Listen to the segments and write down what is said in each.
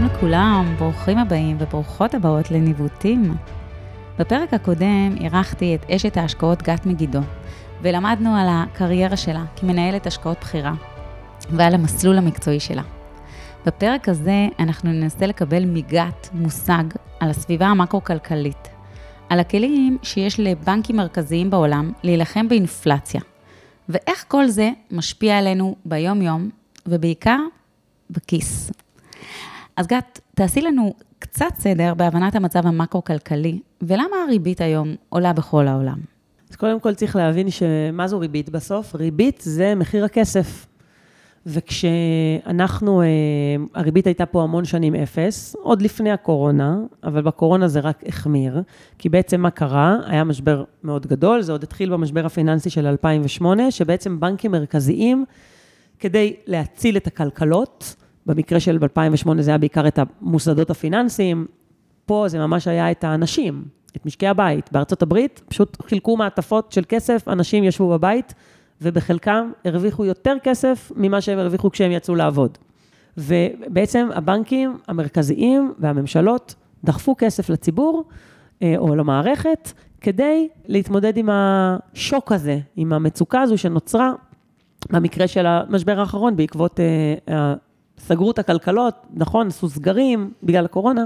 שלום לכולם, ברוכים הבאים וברוכות הבאות לניווטים. בפרק הקודם אירחתי את אשת ההשקעות גת מגידו, ולמדנו על הקריירה שלה כמנהלת השקעות בחירה, ועל המסלול המקצועי שלה. בפרק הזה אנחנו ננסה לקבל מגת מושג על הסביבה המקרו-כלכלית, על הכלים שיש לבנקים מרכזיים בעולם להילחם באינפלציה, ואיך כל זה משפיע עלינו ביום-יום, ובעיקר בכיס. אז גת, תעשי לנו קצת סדר בהבנת המצב המקרו-כלכלי, ולמה הריבית היום עולה בכל העולם? אז קודם כל צריך להבין שמה זו ריבית בסוף? ריבית זה מחיר הכסף. וכשאנחנו, הריבית הייתה פה המון שנים אפס, עוד לפני הקורונה, אבל בקורונה זה רק החמיר, כי בעצם מה קרה? היה משבר מאוד גדול, זה עוד התחיל במשבר הפיננסי של 2008, שבעצם בנקים מרכזיים, כדי להציל את הכלכלות, במקרה של 2008 זה היה בעיקר את המוסדות הפיננסיים, פה זה ממש היה את האנשים, את משקי הבית. בארצות הברית פשוט חילקו מעטפות של כסף, אנשים ישבו בבית, ובחלקם הרוויחו יותר כסף ממה שהם הרוויחו כשהם יצאו לעבוד. ובעצם הבנקים המרכזיים והממשלות דחפו כסף לציבור, או למערכת, כדי להתמודד עם השוק הזה, עם המצוקה הזו שנוצרה, במקרה של המשבר האחרון, בעקבות סגרו את הכלכלות, נכון, עשו סגרים בגלל הקורונה,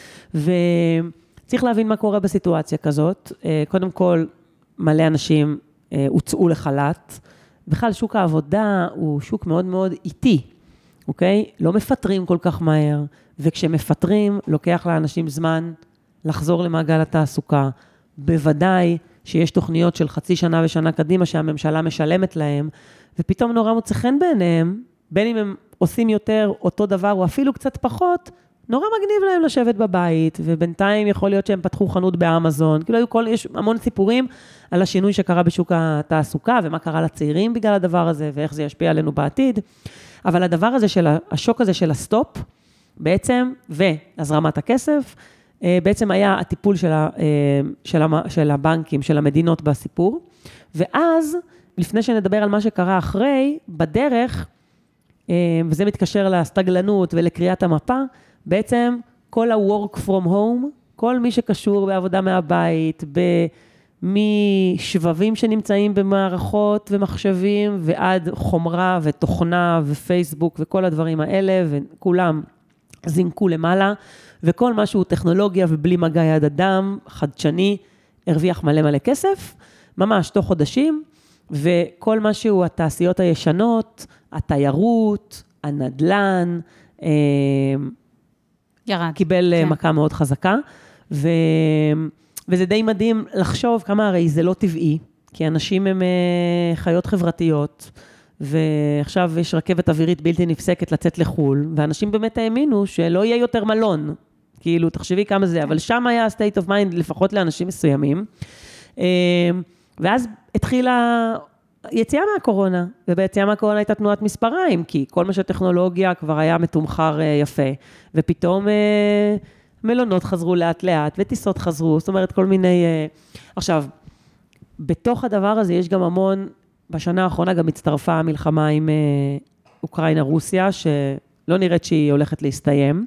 וצריך להבין מה קורה בסיטואציה כזאת. קודם כל, מלא אנשים הוצאו לחל"ת, בכלל שוק העבודה הוא שוק מאוד מאוד איטי, אוקיי? לא מפטרים כל כך מהר, וכשמפטרים, לוקח לאנשים זמן לחזור למעגל התעסוקה, בוודאי שיש תוכניות של חצי שנה ושנה קדימה שהממשלה משלמת להם, ופתאום נורא מוצא חן בעיניהם, בין אם הם עושים יותר אותו דבר או אפילו קצת פחות, נורא מגניב להם לשבת בבית, ובינתיים יכול להיות שהם פתחו חנות באמזון, כאילו יש המון סיפורים על השינוי שקרה בשוק התעסוקה, ומה קרה לצעירים בגלל הדבר הזה, ואיך זה ישפיע עלינו בעתיד, אבל הדבר הזה השוק הזה של הסטופ, בעצם, והזרמת הכסף, בעצם היה הטיפול של הבנקים, של המדינות בסיפור, ואז, לפני שנדבר על מה שקרה אחרי, בדרך, וזה מתקשר לסטגלנות ולקריאת המפה, בעצם כל ה-work from home, כל מי שקשור בעבודה מהבית, משבבים שנמצאים במערכות ומחשבים, ועד חומרה ותוכנה ופייסבוק וכל הדברים האלה, וכולם זינקו למעלה, וכל משהו טכנולוגיה ובלי מגע יד אדם, חדשני, הרוויח מלא מלא כסף, ממש תוך חודשים, וכל משהו התעשיות הישנות, התיירות, הנדלן, ירד. קיבל מכה מאוד חזקה, וזה די מדהים לחשוב כמה הרי זה לא טבעי, כי אנשים הם חיות חברתיות, ועכשיו יש רכבת אווירית בלתי נפסקת לצאת לחול, ואנשים באמת האמינו שלא יהיה יותר מלון, כאילו תחשבי כמה זה, אבל שם היה state of mind לפחות לאנשים מסוימים, ואז התחילה יציאה מהקורונה, וביציאה מהקורונה הייתה תנועת מספריים, כי כל מה שהטכנולוגיה כבר היה מתומחר יפה, ופתאום מלונות חזרו לאט לאט, וטיסות חזרו, זאת אומרת כל מיני... עכשיו, בתוך הדבר הזה יש גם המון, בשנה האחרונה גם הצטרפה המלחמה עם אוקראינה-רוסיה, שלא נראית שהיא הולכת להסתיים.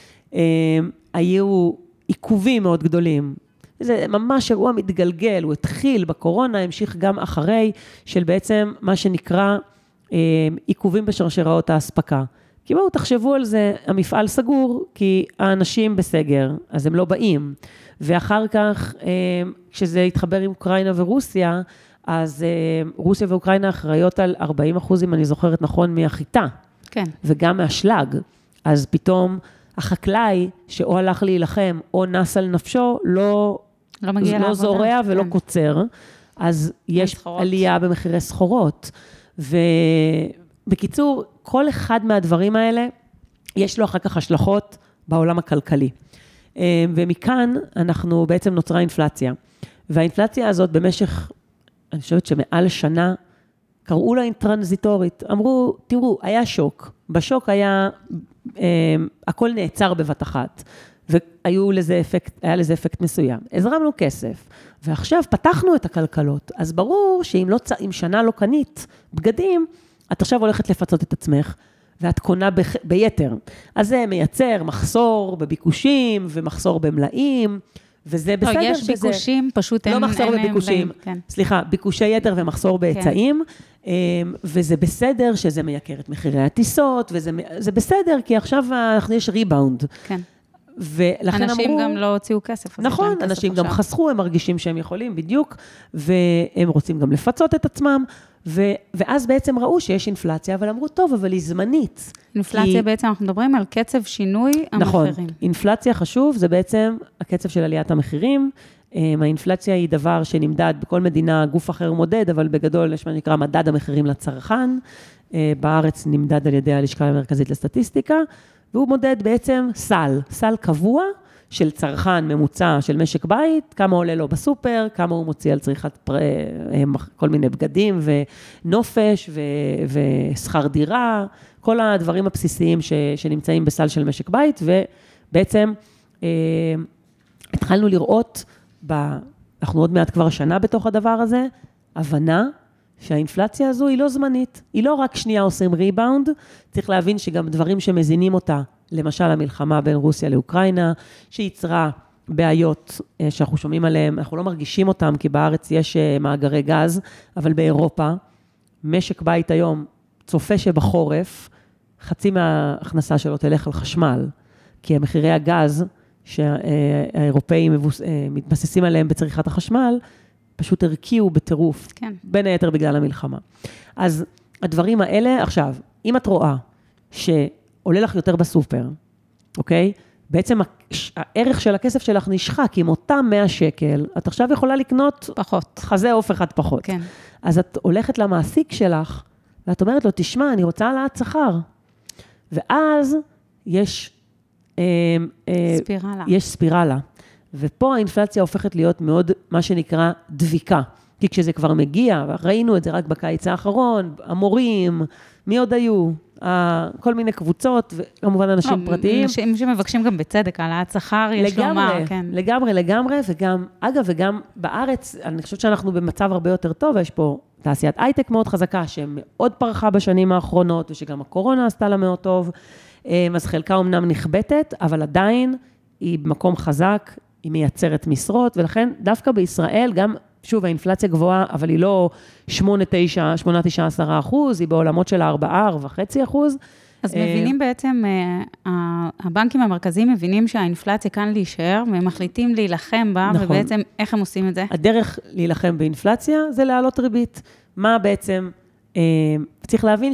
היו עיכובים מאוד גדולים, זה ממש אירוע מתגלגל, הוא התחיל בקורונה, המשיך גם אחרי, של בעצם מה שנקרא עיכובים בשרשראות ההספקה. כי בואו תחשבו על זה, המפעל סגור, כי האנשים בסגר, אז הם לא באים. ואחר כך, כשזה התחבר עם אוקראינה ורוסיה, אז רוסיה ואוקראינה אחראיות על 40%, אם אני זוכרת נכון, מהחיטה. כן. וגם מהשלג. אז פתאום החקלאי, שאו הלך להילחם, או נס על נפשו, לא זורע ולא קוצר, אז יש עלייה במחירי סחורות. ובקיצור, כל אחד מהדברים האלה, יש לו אחר כך השלכות בעולם הכלכלי. ומכאן אנחנו בעצם נוצרה אינפלציה. והאינפלציה הזאת במשך, אני חושבת שמעל שנה, קראו לה טרנזיטורית. אמרו, תראו, היה שוק. בשוק היה, הכל נעצר בבת אחת. והיה לזה אפקט מסוים. הזרמנו כסף, ועכשיו פתחנו את הכלכלות, אז ברור שאם שנה לא קנית בגדים, את עכשיו הולכת לפצות את עצמך, ואת קונה ביתר. אז זה מייצר מחסור בביקושים, ומחסור במלאים, וזה בסדר יש ביקושים, פשוט אין... לא מחסור בביקושים, סליחה, ביקושי יתר ומחסור בהיצעים, וזה בסדר שזה מייקר את מחירי הטיסות, וזה בסדר, כי עכשיו יש ריבאונד. כן. אנשים גם לא הוציאו כסף. נכון, אנשים גם חסכו, הם מרגישים שהם יכולים בדיוק, והם רוצים גם לפצות את עצמם, ואז בעצם ראו שיש אינפלציה, אבל אמרו, טוב, אבל היא זמנית. אינפלציה בעצם, אנחנו מדברים על קצב שינוי המחירים. נכון, אינפלציה חשוב, זה בעצם הקצב של עליית המחירים. האינפלציה היא דבר שנמדד בכל מדינה, גוף אחר מודד, אבל בגדול יש מה שנקרא מדד המחירים לצרכן. בארץ נמדד על ידי הלשכה המרכזית לסטטיסטיקה, והוא מודד בעצם סל קבוע של צרכן ממוצע של משק בית, כמה עולה לו בסופר, כמה הוא מוציא על צריכת כל מיני בגדים ונופש ושכר דירה, כל הדברים הבסיסיים שנמצאים בסל של משק בית, ובעצם התחלנו לראות, אנחנו עוד מעט כבר שנה בתוך הדבר הזה, הבנה שהאינפלציה הזו היא לא זמנית, היא לא רק שנייה עושים ריבאונד, צריך להבין שגם דברים שמזינים אותה, למשל המלחמה בין רוסיה לאוקראינה, שיצרה בעיות שאנחנו שומעים עליהן, אנחנו לא מרגישים אותם, כי בארץ יש מאגרי גז, אבל באירופה, משק בית היום צופה שבחורף, חצי מההכנסה שלו תלך על חשמל, כי המחירי הגז שהאירופאים מתבססים עליהם בצריכת החשמל, פשוט הרקיעו בטירוף, כן. בין היתר בגלל המלחמה. אז הדברים האלה, עכשיו, אם את רואה שעולה לך יותר בסופר, אוקיי? בעצם הערך של הכסף שלך נשחק, עם אותם 100 שקל, את עכשיו יכולה לקנות פחות. חזה עוף אחד פחות. כן. אז את הולכת למעסיק שלך, ואת אומרת לו, תשמע, אני רוצה העלאת שכר. ואז יש ספירלה. יש ספירלה. ופה האינפלציה הופכת להיות מאוד, מה שנקרא, דביקה. כי כשזה כבר מגיע, ראינו את זה רק בקיץ האחרון, המורים, מי עוד היו? כל מיני קבוצות, וכמובן אנשים פרטיים. אנשים שמבקשים גם בצדק, העלאת שכר, יש לומר, כן. לגמרי, וגם, אגב, וגם בארץ, אני חושבת שאנחנו במצב הרבה יותר טוב, ויש פה תעשיית הייטק מאוד חזקה, שמאוד פרחה בשנים האחרונות, ושגם הקורונה עשתה לה מאוד טוב, אז חלקה אומנם נכבטת, אבל עדיין היא במקום חזק, היא מייצרת משרות, ולכן דווקא בישראל, גם, שוב, האינפלציה גבוהה, אבל היא לא 8-9-10%, היא בעולמות של 4.5%. אז מבינים בעצם, הבנקים המרכזיים מבינים שהאינפלציה כאן להישאר, והם מחליטים להילחם בה, נכון. ובעצם איך הם עושים את זה? הדרך להילחם באינפלציה זה להעלות ריבית. מה בעצם, צריך להבין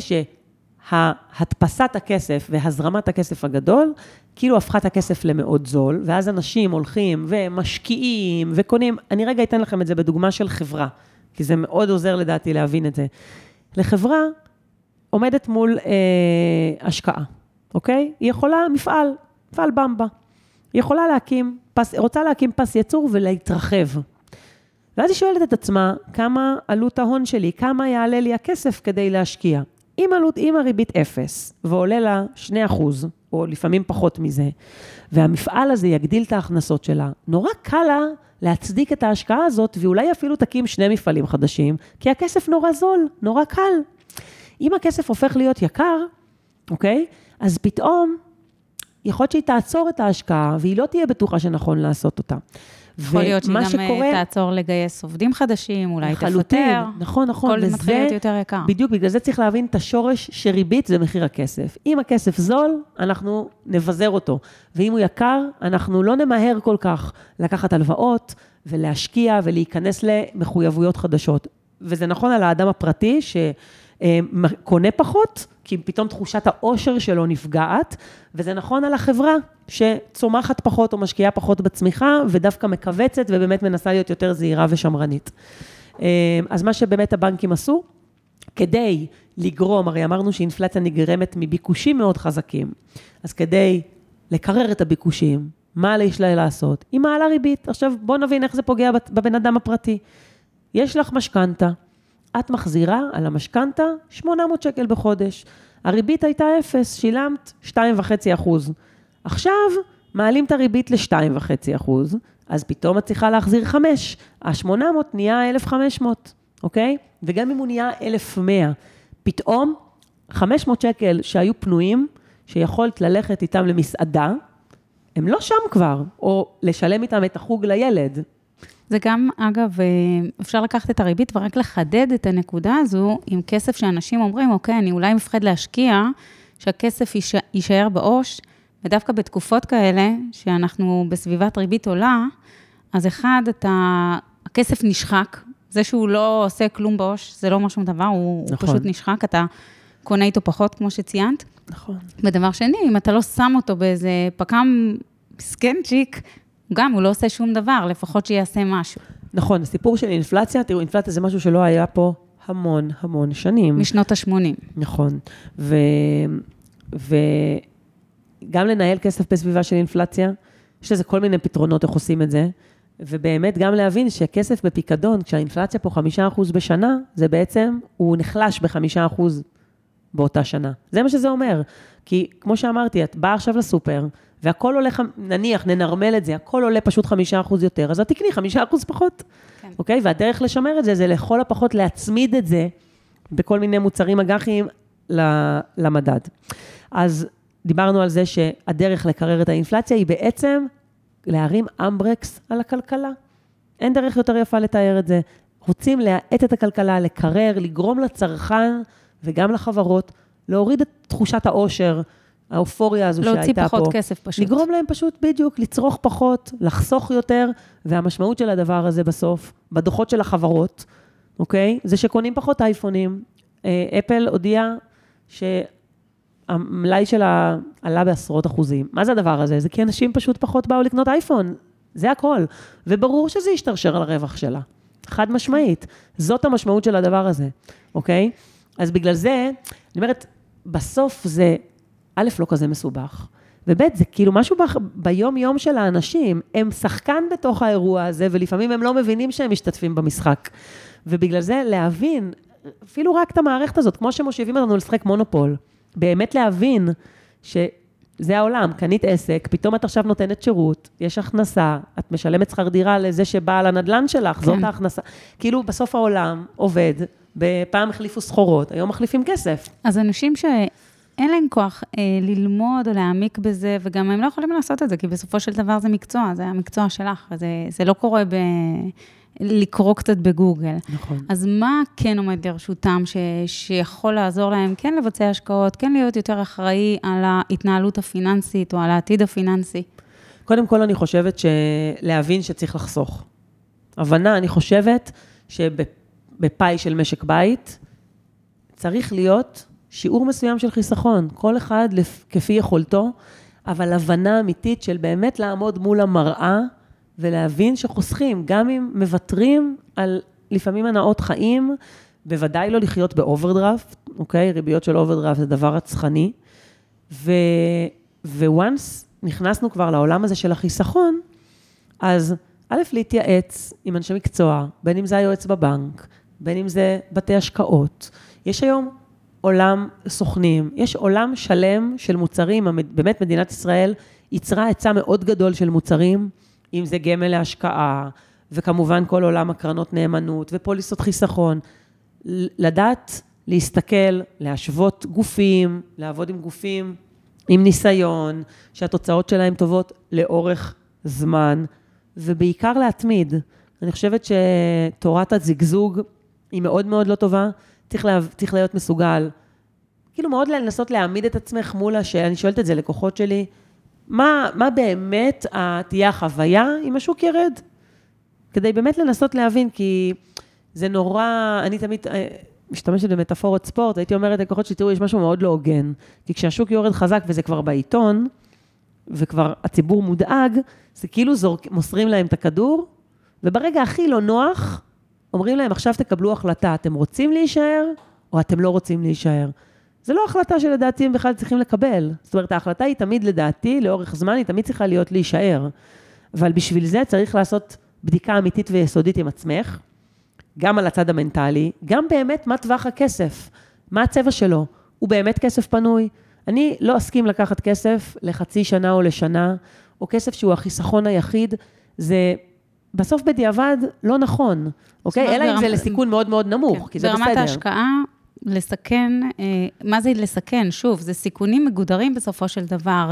שהדפסת הכסף והזרמת הכסף הגדול, כאילו הפכה את הכסף למאוד זול, ואז אנשים הולכים ומשקיעים וקונים, אני רגע אתן לכם את זה בדוגמה של חברה, כי זה מאוד עוזר לדעתי להבין את זה. לחברה עומדת מול השקעה, אוקיי? היא יכולה מפעל במבה, היא יכולה רוצה להקים פס ייצור ולהתרחב. ואז היא שואלת את עצמה, כמה עלות ההון שלי, כמה יעלה לי הכסף כדי להשקיע? אם הריבית 0, ועולה לה 2%, או לפעמים פחות מזה, והמפעל הזה יגדיל את ההכנסות שלה, נורא קל לה להצדיק את ההשקעה הזאת, ואולי אפילו תקים 2 מפעלים חדשים, כי הכסף נורא זול, נורא קל. אם הכסף הופך להיות יקר, אוקיי? אז פתאום, יכול להיות שהיא תעצור את ההשקעה, והיא לא תהיה בטוחה שנכון לעשות אותה. יכול להיות שהיא גם תעצור לגייס עובדים חדשים, אולי תפטר. נכון. כל מתחיל להיות יותר יקר. בדיוק, בגלל זה צריך להבין את השורש שריבית זה מחיר הכסף. אם הכסף זול, אנחנו נבזר אותו. ואם הוא יקר, אנחנו לא נמהר כל כך לקחת הלוואות ולהשקיע ולהיכנס למחויבויות חדשות. וזה נכון על האדם הפרטי שקונה פחות, כי פתאום תחושת העושר שלו נפגעת, וזה נכון על החברה שצומחת פחות או משקיעה פחות בצמיחה, ודווקא מקבצת ובאמת מנסה להיות יותר זהירה ושמרנית. אז מה שבאמת הבנקים עשו, כדי לגרום, הרי אמרנו שאינפלציה נגרמת מביקושים מאוד חזקים, אז כדי לקרר את הביקושים, מה יש לה לעשות? היא מעלה ריבית. עכשיו בוא נבין איך זה פוגע בבן אדם הפרטי. יש לך משכנתה, את מחזירה על המשכנתה 800 שקל בחודש. הריבית הייתה 0, שילמת 2.5%. עכשיו מעלים את הריבית ל-2.5%, אז פתאום את צריכה להחזיר 5. ה-800 נהיה 1,500, אוקיי? וגם אם הוא נהיה 1,100, פתאום 500 שקל שהיו פנויים, שיכולת ללכת איתם למסעדה, הם לא שם כבר, או לשלם איתם את החוג לילד. זה גם, אגב, אפשר לקחת את הריבית ורק לחדד את הנקודה הזו, עם כסף שאנשים אומרים, אוקיי, אני אולי מפחד להשקיע, שהכסף יישאר בעו"ש, ודווקא בתקופות כאלה, שאנחנו בסביבת ריבית עולה, אז אחד, הכסף נשחק, זה שהוא לא עושה כלום בעו"ש, זה לא אומר שום דבר, הוא פשוט נשחק, אתה קונה איתו פחות, כמו שציינת. נכון. ודבר שני, אם אתה לא שם אותו באיזה פקם סקנצ'יק, גם הוא לא עושה שום דבר, לפחות שיעשה משהו. נכון, הסיפור של אינפלציה, תראו, אינפלציה זה משהו שלא היה פה המון המון שנים. משנות ה-80. נכון, וגם לנהל כסף בסביבה של אינפלציה, יש לזה כל מיני פתרונות איך עושים את זה, ובאמת גם להבין שכסף בפיקדון, כשהאינפלציה פה 5% בשנה, זה בעצם, הוא נחלש ב5% באותה שנה. זה מה שזה אומר. כי כמו שאמרתי, את באה עכשיו לסופר, והכל עולה, נניח, ננרמל את זה, הכל עולה פשוט 5% יותר, אז את תקני 5% פחות. כן. אוקיי? והדרך לשמר את זה, זה לכל הפחות להצמיד את זה, בכל מיני מוצרים אג"חיים למדד. אז דיברנו על זה שהדרך לקרר את האינפלציה, היא בעצם להרים אמברקס על הכלכלה. אין דרך יותר יפה לתאר את זה. רוצים להאט את הכלכלה, לקרר, לגרום לצרכן, וגם לחברות, להוריד את תחושת העושר, האופוריה הזו שהייתה פה. להוציא פחות כסף פשוט. לגרום להם פשוט בדיוק, לצרוך פחות, לחסוך יותר, והמשמעות של הדבר הזה בסוף, בדוחות של החברות, אוקיי? זה שקונים פחות אייפונים. אפל הודיע שהמלאי שלה עלה בעשרות אחוזים. מה זה הדבר הזה? זה כי אנשים פשוט פחות באו לקנות אייפון. זה הכל. וברור שזה ישתרשר על הרווח שלה. חד משמעית. זאת המשמעות של הדבר הזה, אוקיי? אז בגלל זה, אני אומרת, בסוף זה, א', לא כזה מסובך, וב', זה כאילו משהו ביום יום של האנשים, הם שחקן בתוך האירוע הזה, ולפעמים הם לא מבינים שהם משתתפים במשחק. ובגלל זה להבין, אפילו רק את המערכת הזאת, כמו שמושיבים אותנו לשחק מונופול, באמת להבין שזה העולם, קנית עסק, פתאום את עכשיו נותנת שירות, יש הכנסה, את משלמת שכר דירה לזה שבא על הנדלן שלך, כן. זאת ההכנסה. כאילו בסוף העולם עובד, בפעם החליפו סחורות, היום מחליפים כסף. אז אנשים שאין להם כוח ללמוד או להעמיק בזה, וגם הם לא יכולים לעשות את זה, כי בסופו של דבר זה מקצוע, זה המקצוע שלך, זה לא קורה לקרוא קצת בגוגל. נכון. אז מה כן עומד לרשותם שיכול לעזור להם כן לבצע השקעות, כן להיות יותר אחראי על ההתנהלות הפיננסית או על העתיד הפיננסי? קודם כל אני חושבת להבין שצריך לחסוך. הבנה, אני חושבת בפאי של משק בית, צריך להיות שיעור מסוים של חיסכון, כל אחד כפי יכולתו, אבל הבנה אמיתית של באמת לעמוד מול המראה, ולהבין שחוסכים, גם אם מוותרים על לפעמים הנאות חיים, בוודאי לא לחיות באוברדרפט, אוקיי? ריביות של אוברדרפט זה דבר רצחני, וואנס נכנסנו כבר לעולם הזה של החיסכון, אז א', להתייעץ עם אנשי מקצוע, בין אם זה היועץ בבנק, בין אם זה בתי השקעות. יש היום עולם סוכנים, יש עולם שלם של מוצרים, באמת מדינת ישראל יצרה היצע מאוד גדול של מוצרים, אם זה גמל להשקעה, וכמובן כל עולם הקרנות נאמנות, ופוליסות חיסכון, לדעת להסתכל, להשוות גופים, לעבוד עם גופים, עם ניסיון, שהתוצאות שלהם טובות לאורך זמן, ובעיקר להתמיד. אני חושבת שתורת הזגזוג היא מאוד מאוד לא טובה, צריך להיות מסוגל. כאילו מאוד לנסות להעמיד את עצמך מול השאלה, אני שואלת את זה לקוחות שלי, מה באמת תהיה החוויה אם השוק ירד? כדי באמת לנסות להבין, כי זה נורא, אני תמיד משתמשת במטאפורת ספורט, הייתי אומרת לקוחות שתראו, יש משהו מאוד לא הוגן, כי כשהשוק יורד חזק וזה כבר בעיתון, וכבר הציבור מודאג, זה כאילו מוסרים להם את הכדור, וברגע הכי לא נוח, אומרים להם, עכשיו תקבלו החלטה, אתם רוצים להישאר, או אתם לא רוצים להישאר. זה לא החלטה שלדעתי הם בכלל צריכים לקבל. זאת אומרת, ההחלטה היא תמיד לדעתי, לאורך זמן, היא תמיד צריכה להיות להישאר. אבל בשביל זה צריך לעשות בדיקה אמיתית ויסודית עם עצמך, גם על הצד המנטלי, גם באמת מה טווח הכסף, מה הצבע שלו, הוא באמת כסף פנוי. אני לא אסכים לקחת כסף לחצי שנה או לשנה, או כסף שהוא החיסכון היחיד, זה בסוף בדיעבד לא נכון, אוקיי? אלא אם זה לסיכון מאוד מאוד נמוך, כי זה בסדר. ברמת ההשקעה, לסכן, מה זה לסכן? שוב, זה סיכונים מגודרים בסופו של דבר.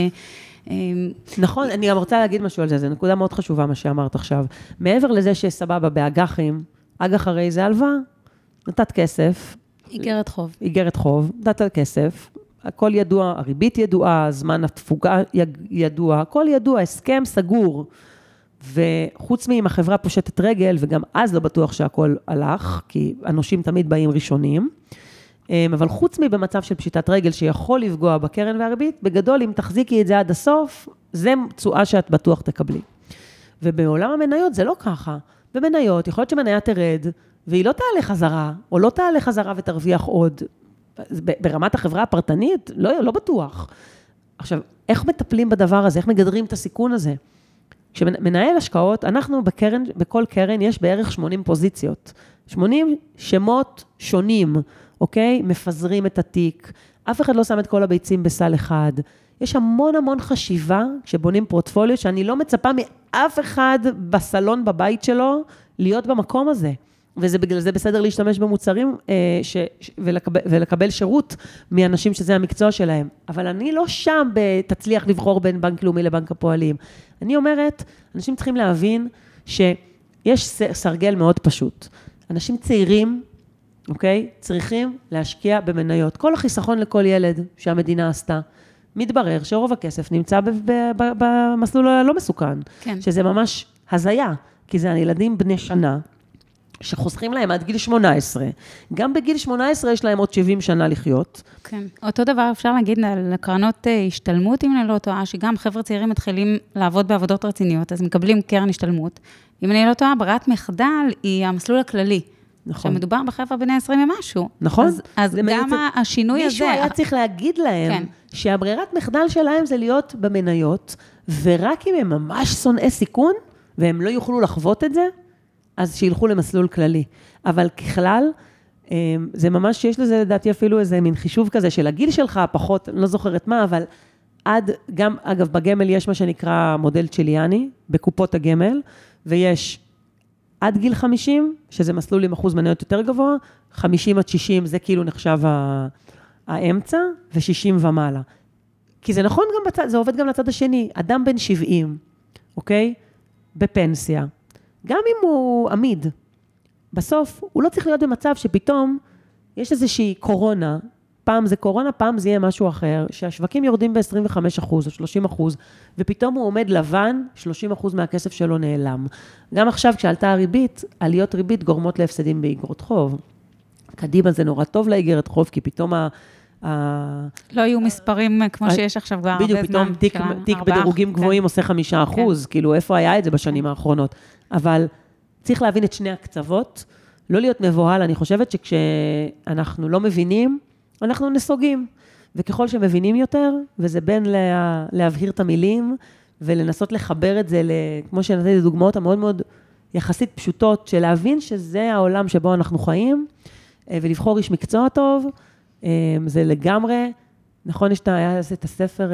נכון, אני גם רוצה להגיד משהו על זה, זו נקודה מאוד חשובה מה שאמרת עכשיו. מעבר לזה שסבבה באג"חים, אג"ח הרי זה הלוואה, נתת כסף. איגרת חוב, נתת כסף, הכל ידוע, הריבית ידועה, זמן התפוגה ידוע, הכל ידוע, הסכם סגור. וחוץ מאם החברה פושטת רגל, וגם אז לא בטוח שהכל הלך, כי אנושים תמיד באים ראשונים, אבל חוץ מבמצב של פשיטת רגל שיכול לפגוע בקרן והריבית, בגדול אם תחזיקי את זה עד הסוף, זה תשואה שאת בטוח תקבלי. ובעולם המניות זה לא ככה. במניות יכול להיות שמניה תרד, והיא לא תעלה חזרה, או לא תעלה חזרה ותרוויח עוד. ברמת החברה הפרטנית, לא בטוח. עכשיו, איך מטפלים בדבר הזה? איך מגדרים את הסיכון הזה? כשמנהל השקעות, אנחנו בכל קרן יש בערך 80 פוזיציות. 80 שמות שונים, אוקיי? מפזרים את התיק. אף אחד לא שם את כל הביצים בסל אחד. יש המון המון חשיבה כשבונים פורטפוליו, שאני לא מצפה מאף אחד בסלון בבית שלו להיות במקום הזה. וזה בגלל זה בסדר להשתמש במוצרים ולקבל שירות מאנשים שזה המקצוע שלהם. אבל אני לא שם תצליח לבחור בין בנק לאומי לבנק הפועלים. אני אומרת, אנשים צריכים להבין שיש סרגל מאוד פשוט. אנשים צעירים, אוקיי, צריכים להשקיע במניות. כל החיסכון לכל ילד שהמדינה עשתה, מתברר שרוב הכסף נמצא במסלול הלא מסוכן. כן. שזה ממש הזיה, כי זה הילדים בני שנה, שחוסכים להם עד גיל 18. גם בגיל 18 יש להם עוד 70 שנה לחיות. כן. אותו דבר אפשר להגיד על קרנות השתלמות, אם אני לא טועה, שגם חבר'ה צעירים מתחילים לעבוד בעבודות רציניות, אז מקבלים קרן השתלמות. אם אני לא טועה, ברירת מחדל היא המסלול הכללי. נכון. שמדובר בחבר'ה בני 20 ומשהו. נכון. אז גם השינוי הזה... מישהו היה צריך להגיד להם, כן. שהברירת מחדל שלהם זה להיות במניות, ורק אם הם ממש שונאי סיכון, והם לא יוכלו לחוות את זה, אז שילכו למסלול כללי. אבל ככלל, זה ממש, יש לזה לדעתי אפילו איזה מין חישוב כזה, של הגיל שלך, פחות, אני לא זוכרת מה, אבל גם, אגב, בגמל יש מה שנקרא מודל צ'יליאני, בקופות הגמל, ויש עד גיל 50, שזה מסלול עם אחוז מניות יותר גבוה, 50 עד 60 זה כאילו נחשב האמצע, ו-60 ומעלה. כי זה נכון גם בצד, זה עובד גם לצד השני, אדם בן 70, אוקיי? בפנסיה. גם אם הוא עמיד, בסוף הוא לא צריך להיות במצב שפתאום יש איזושהי קורונה, פעם זה קורונה, פעם זה יהיה משהו אחר, שהשווקים יורדים ב-25% או 30%, ופתאום הוא עומד לבן, 30% מהכסף שלו נעלם. גם עכשיו כשעלתה הריבית, עליות ריבית גורמות להפסדים באיגרות חוב. קדימה זה נורא טוב לאיגרת חוב, כי פתאום לא יהיו מספרים כמו שיש עכשיו כבר הרבה זמן. בדיוק, פתאום תיק בדירוגים גבוהים עושה 5%, כאילו איפה היה את זה בשנים האחרונות. אבל צריך להבין את שני הקצוות, לא להיות מבוהל, אני חושבת שכשאנחנו לא מבינים, אנחנו נסוגים. וככל שמבינים יותר, וזה בין להבהיר את המילים, ולנסות לחבר את זה, כמו שנתתי דוגמאות המאוד מאוד יחסית פשוטות, של להבין שזה העולם שבו אנחנו חיים, ולבחור איש מקצוע טוב, זה לגמרי, נכון, היה את הספר,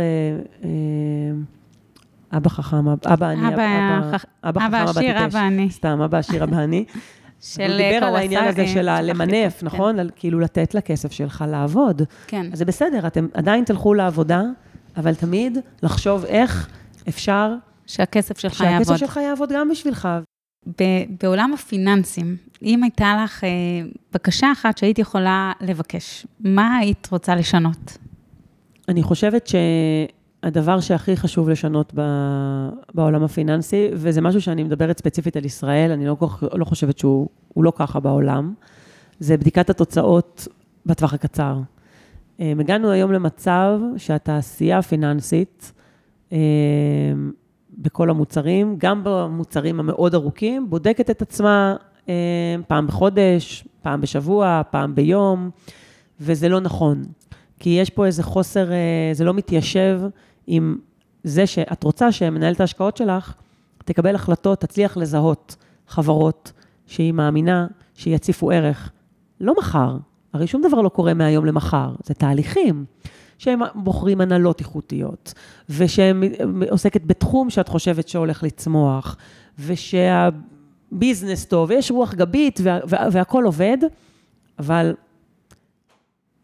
אבא חכם, אבא עשיר, אבא אני. סתם, אבא עשיר, אבא אני. הוא דיבר על העניין הזה של למנף, נכון? כאילו לתת לכסף שלך לעבוד. כן. אז זה בסדר, אתם עדיין תלכו לעבודה, אבל תמיד לחשוב איך אפשר... שהכסף שלך יעבוד גם בשבילך. בעולם הפיננסים, אם הייתה לך בקשה אחת שהיית יכולה לבקש, מה היית רוצה לשנות? אני חושבת שהדבר שהכי חשוב לשנות בעולם הפיננסי, וזה משהו שאני מדברת ספציפית על ישראל, אני לא חושבת שהוא לא ככה בעולם, זה בדיקת התוצאות בטווח הקצר. הגענו היום למצב שהתעשייה הפיננסית, בכל המוצרים, גם במוצרים המאוד ארוכים, בודקת את עצמה פעם בחודש, פעם בשבוע, פעם ביום, וזה לא נכון. כי יש פה איזה חוסר, זה לא מתיישב עם זה שאת רוצה שמנהלת ההשקעות שלך, תקבל החלטות, תצליח לזהות חברות שהיא מאמינה, שיציפו ערך. לא מחר, הרי שום דבר לא קורה מהיום למחר, זה תהליכים. שהם בוחרים הנהלות איכותיות, ושהם עוסקת בתחום שאת חושבת שהולך לצמוח, ושהביזנס טוב, ויש רוח גבית, והכל עובד, אבל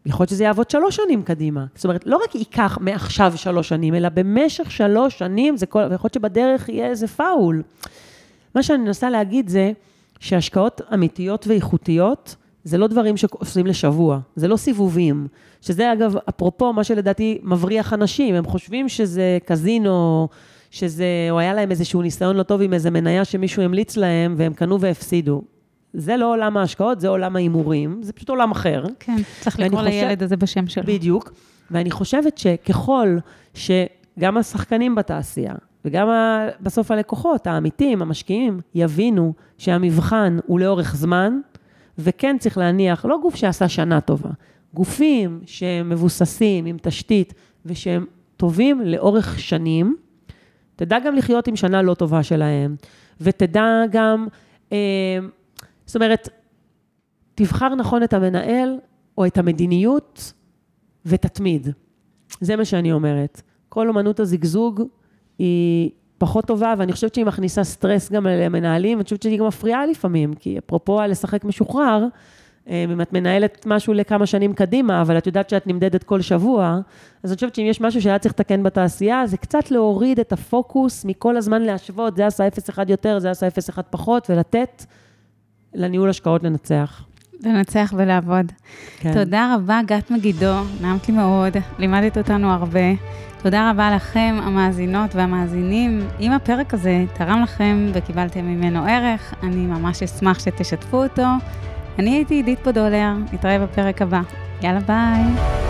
יכול להיות שזה יעבוד 3 שנים קדימה. זאת אומרת, לא רק ייקח מעכשיו 3 שנים, אלא במשך 3 שנים, ויכול להיות שבדרך יהיה איזה פאול. מה שאני מנסה להגיד זה, שהשקעות אמיתיות ואיכותיות, זה לא דברים שעושים לשבוע, זה לא סיבובים. שזה אגב, אפרופו, מה שלדעתי מבריח אנשים, הם חושבים שזה קזינו, או היה להם איזשהו ניסיון לא טוב עם איזה מניה שמישהו המליץ להם, והם קנו והפסידו. זה לא עולם ההשקעות, זה עולם ההימורים, זה פשוט עולם אחר. כן, צריך לקרוא לילד הזה בשם שלו. בדיוק, ואני חושבת שככל שגם השחקנים בתעשייה, וגם בסוף הלקוחות, האמיתיים, המשקיעים, יבינו שהמבחן הוא לאורך זמן, וכן צריך להניח, לא גוף שעשה שנה טובה, גופים שמבוססים עם תשתית, ושהם טובים לאורך שנים, תדע גם לחיות עם שנה לא טובה שלהם, ותדע גם, זאת אומרת, תבחר נכון את המנהל, או את המדיניות, ותתמיד. זה מה שאני אומרת. כל אומנות הזגזוג היא פחות טובה, ואני חושבת שהיא מכניסה סטרס גם למנהלים, ואני חושבת שהיא גם מפריעה לפעמים, כי אפרופו לשחק משוחרר, אם את מנהלת משהו לכמה שנים קדימה, אבל את יודעת שאת נמדדת כל שבוע, אז אני חושבת שאם יש משהו שהיה צריך לתקן בתעשייה, זה קצת להוריד את הפוקוס מכל הזמן להשוות, זה עשה 0-1 יותר, זה עשה 0-1 פחות, ולתת לניהול השקעות לנצח. לנצח ולעבוד. כן. תודה רבה, גת מגידו, נעמת לי מאוד, לימדת אותנו הרבה. תודה רבה לכם, המאזינות והמאזינים. אם הפרק הזה תרם לכם וקיבלתם ממנו ערך, אני ממש אשמח שתשתפו אותו. אני הייתי עידית פודולר, נתראה בפרק הבא. יאללה ביי.